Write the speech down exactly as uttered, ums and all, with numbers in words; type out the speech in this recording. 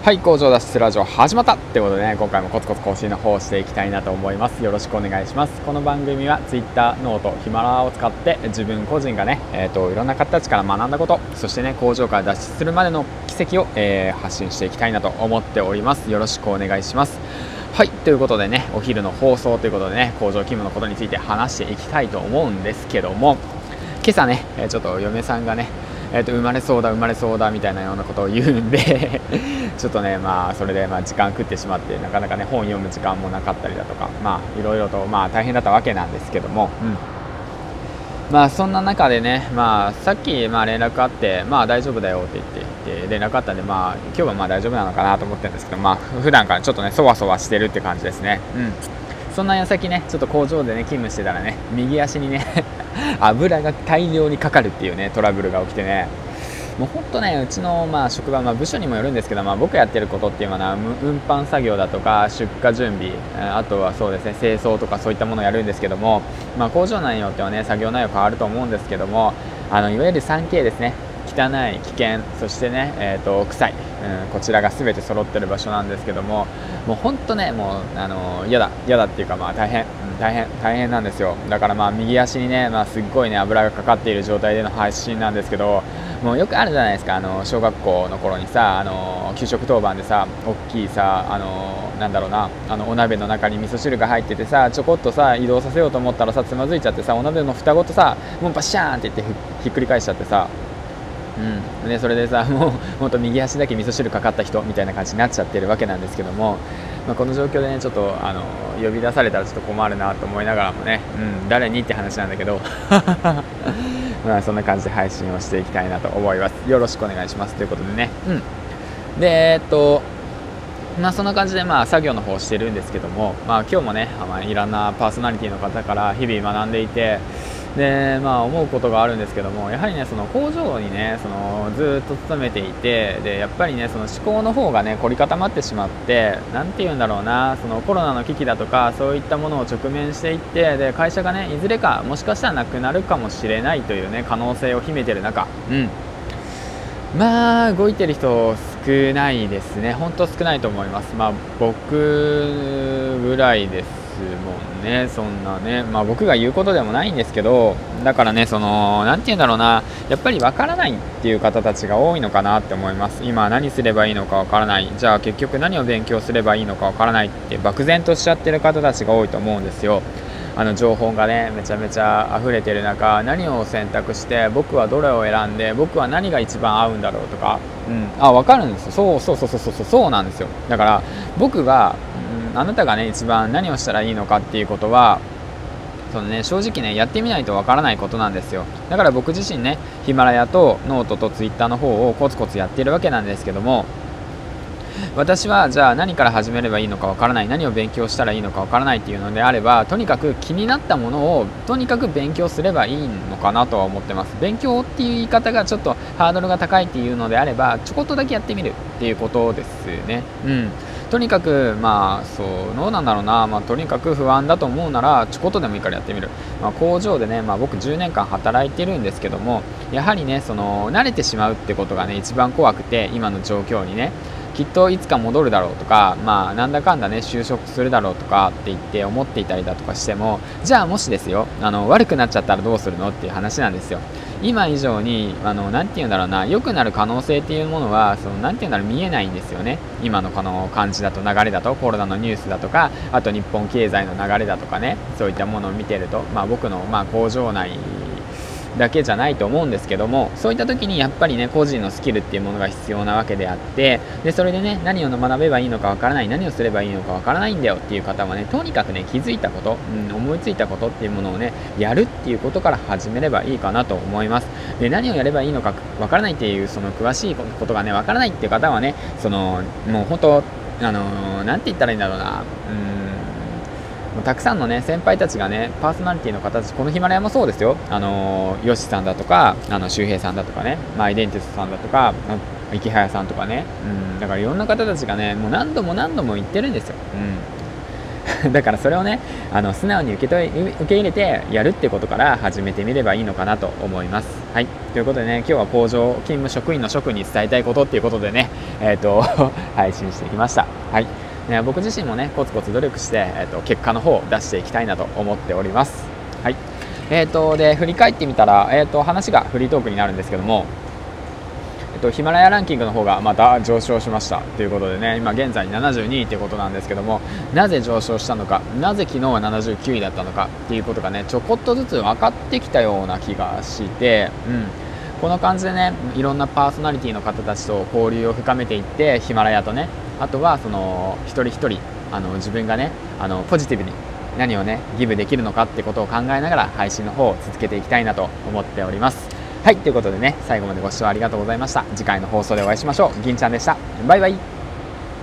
はい、工場脱出ラジオ始まったってことでね、今回もコツコツ更新の方をしていきたいなと思います。よろしくお願いします。この番組は Twitter、ノート、ヒマラヤを使って自分個人がね、えーと、いろんな方たちから学んだこと、そしてね、工場から脱出するまでの軌跡を、えー、発信していきたいなと思っております。よろしくお願いします。はい、ということでね、お昼の放送ということでね、工場勤務のことについて話していきたいと思うんですけども、今朝ね、ちょっと嫁さんがね、えーと生まれそうだ生まれそうだみたいなようなことを言うんでちょっとね、まあそれでまあ時間食ってしまって、なかなかね本読む時間もなかったりだとか、まあいろいろとまあ大変だったわけなんですけども、うん、まあそんな中でね、まあさっきまあ連絡あって、まあ大丈夫だよって言って連絡あったんで、まあ今日はまあ大丈夫なのかなと思ってるんですけど、まあ普段からちょっとねそわそわしてるって感じですね。うん。そんな矢先ね、ちょっと工場でね勤務してたらね、右足にね油が大量にかかるっていうねトラブルが起きてね、もうほんとね、うちのまあ職場、まあ、部署にもよるんですけど、まあ、僕やってることっていうのは運搬作業だとか出荷準備、あとはそうですね清掃とかそういったものをやるんですけども、まあ、工場内によってはね作業内容変わると思うんですけども、あのいわゆる スリーケー ですね。汚い、危険、そしてね、えーと臭い、うん、こちらが全て揃ってる場所なんですけども、もう本当ね、もうあの嫌だ嫌だっていうか、まあ大変、うん、大変大変なんですよ。だからまあ右足にね、まあ、すっごいね油がかかっている状態での配信なんですけど、もうよくあるじゃないですか。あの小学校の頃にさ、あの給食当番でさ、大きいさ、あのなんだろうな、あのお鍋の中に味噌汁が入っててさ、ちょこっとさ移動させようと思ったらさ、つまずいちゃってさ、お鍋の蓋ごとさ、もうバシャーンって言ってひっくり返しちゃってさ、うんね、それでさ、もうほんと右足だけ味噌汁かかった人みたいな感じになっちゃってるわけなんですけども、まあ、この状況でねちょっとあの呼び出されたらちょっと困るなと思いながらもね、うん、誰にって話なんだけどまあそんな感じで配信をしていきたいなと思います。よろしくお願いしますということでね、うん、でえっとまあそんな感じでまあ作業の方をしてるんですけども、まあ今日もね、まあ、いろんなパーソナリティの方から日々学んでいて、でまあ思うことがあるんですけども、やはりねその工場にねそのずっと勤めていて、でやっぱりねその思考の方がね凝り固まってしまって、なんて言うんだろうな、そのコロナの危機だとかそういったものを直面していって、で会社がねいずれかもしかしたらなくなるかもしれないというね可能性を秘めてる中、うんまあ動いてる人少ないですね。本当少ないと思います。まあ僕ぐらいですもんね。そんなね、まあ僕が言うことでもないんですけど、だからねそのなんて言うんだろうな、やっぱりわからないっていう方たちが多いのかなって思います。今何すればいいのかわからない、じゃあ結局何を勉強すればいいのかわからないって漠然としちゃってる方たちが多いと思うんですよ。あの情報がねめちゃめちゃ溢れてる中、何を選択して僕はどれを選んで僕は何が一番合うんだろうとか、うん、あ分かるんですよ。そうそうそうそうそうそうなんですよ。だから僕が、うん、あなたがね一番何をしたらいいのかっていうことはそのね正直ねやってみないとわからないことなんですよ。だから僕自身ねヒマラヤとノートとツイッターの方をコツコツやっているわけなんですけども、私はじゃあ何から始めればいいのかわからない、何を勉強したらいいのかわからないっていうのであれば、とにかく気になったものをとにかく勉強すればいいのかなとは思ってます。勉強っていう言い方がちょっとハードルが高いっていうのであれば、ちょこっとだけやってみるっていうことですね。うんとにかくまあそうどうなんだろうな、まあ、とにかく不安だと思うならちょこっとでもいいからやってみる、まあ、工場でね、まあ、僕じゅうねんかん働いてるんですけども、やはりねその慣れてしまうってことがね一番怖くて、今の状況にねきっといつか戻るだろうとか、まあなんだかんだね就職するだろうとかって言って思っていたりだとかしても、じゃあもしですよ、あの悪くなっちゃったらどうするのっていう話なんですよ。今以上にあのなんて言うんだろうな、良くなる可能性っていうものはそのなんて言うんだろう見えないんですよね。今のこの感じだと、流れだと、コロナのニュースだとか、あと日本経済の流れだとかね、そういったものを見てると、まあ僕のまあ工場内だけじゃないと思うんですけども、そういった時にやっぱりね個人のスキルっていうものが必要なわけであって、でそれでね何を学べばいいのかわからない、何をすればいいのかわからないんだよっていう方はね、とにかくね気づいたこと、うん、思いついたことっていうものをねやるっていうことから始めればいいかなと思います。で何をやればいいのかわからないっていうその詳しいことがねわからないっていう方はね、そのもう本当あのー、なんて言ったらいいんだろうな、うんたくさんのね先輩たちがねパーソナリティの方たち、このヒマラヤもそうですよ。あのヨシさんだとか、あの周平さんだとかね、まあ、アイデンティストさんだとか、池早さんとかね、うん、だからいろんな方たちがねもう何度も何度も言ってるんですよ。うん、だからそれをねあの素直に受け取り受け入れてやるってことから始めてみればいいのかなと思います。はい、ということでね、今日は工場勤務職員の職に伝えたいことっていうことでね、 えー、と配信してきました。はいね、僕自身もねコツコツ努力して、えー、と結果の方を出していきたいなと思っております。はい、えー、とで振り返ってみたら、えー、と話がフリートークになるんですけども、えっと、ヒマラヤランキングの方がまた上昇しましたということでね、今現在ななじゅうにいということなんですけども、なぜ上昇したのか、なぜ昨日はななじゅうきゅういだったのかっていうことがねちょこっとずつ分かってきたような気がして、うん、この感じでねいろんなパーソナリティの方たちと交流を深めていって、ヒマラヤとね、あとはその一人一人あの自分がねあのポジティブに何をねギブできるのかってことを考えながら配信の方を続けていきたいなと思っております。はい、ということでね、最後までご視聴ありがとうございました。次回の放送でお会いしましょう。銀ちゃんでした。バイバイ。